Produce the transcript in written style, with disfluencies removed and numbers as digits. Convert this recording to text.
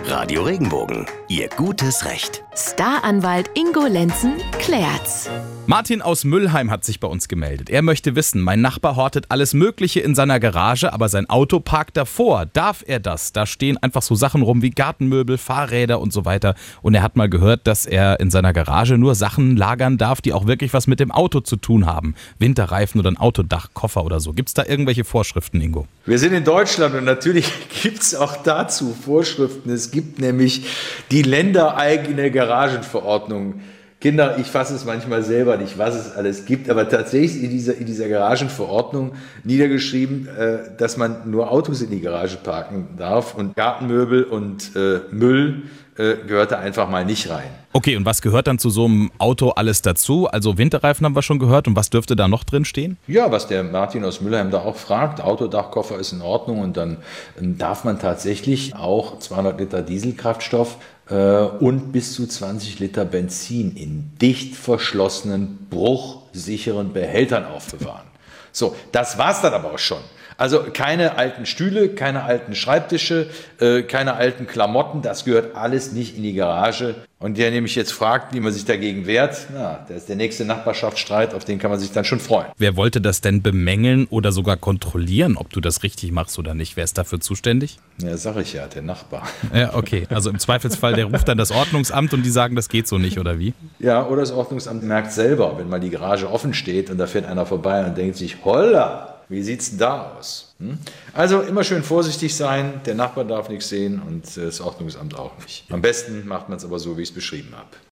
Radio Regenbogen, Ihr gutes Recht. Staranwalt Ingo Lenzen klärt's. Martin aus Müllheim hat sich bei uns gemeldet. Er möchte wissen, mein Nachbar hortet alles Mögliche in seiner Garage, aber sein Auto parkt davor. Darf er das? Da stehen einfach so Sachen rum wie Gartenmöbel, Fahrräder und so weiter. Und er hat mal gehört, dass er in seiner Garage nur Sachen lagern darf, die auch wirklich was mit dem Auto zu tun haben. Winterreifen oder ein Autodach, Koffer oder so. Gibt es da irgendwelche Vorschriften, Ingo? Wir sind in Deutschland und natürlich gibt es auch dazu Vorschriften. Es gibt nämlich die ländereigene Garagenverordnung. Kinder, ich fasse es manchmal selber nicht, was es alles gibt, aber tatsächlich in dieser Garagenverordnung niedergeschrieben, dass man nur Autos in die Garage parken darf und Gartenmöbel und Müll gehört da einfach mal nicht rein. Okay, und was gehört dann zu so einem Auto alles dazu? Also Winterreifen haben wir schon gehört, und was dürfte da noch drin stehen? Ja, was der Martin aus Müllheim da auch fragt, Autodachkoffer ist in Ordnung und dann darf man tatsächlich auch 200 Liter Dieselkraftstoff und bis zu 20 Liter Benzin in dicht verschlossenen, bruchsicheren Behältern aufbewahren. So, das war's dann aber auch schon. Also keine alten Stühle, keine alten Schreibtische, keine alten Klamotten, das gehört alles nicht in die Garage. Und der nämlich jetzt fragt, wie man sich dagegen wehrt, das ist der nächste Nachbarschaftsstreit, auf den kann man sich dann schon freuen. Wer wollte das denn bemängeln oder sogar kontrollieren, ob du das richtig machst oder nicht? Wer ist dafür zuständig? Ja, sag ich ja, der Nachbar. Ja, okay. Also im Zweifelsfall, der ruft dann das Ordnungsamt und die sagen, das geht so nicht, oder wie? Ja, oder das Ordnungsamt merkt selber, wenn mal die Garage offen steht und da fährt einer vorbei und denkt sich, holla! Wie sieht's denn da aus? Also immer schön vorsichtig sein, der Nachbar darf nichts sehen und das Ordnungsamt auch nicht. Am besten macht man es aber so, wie ich es beschrieben habe.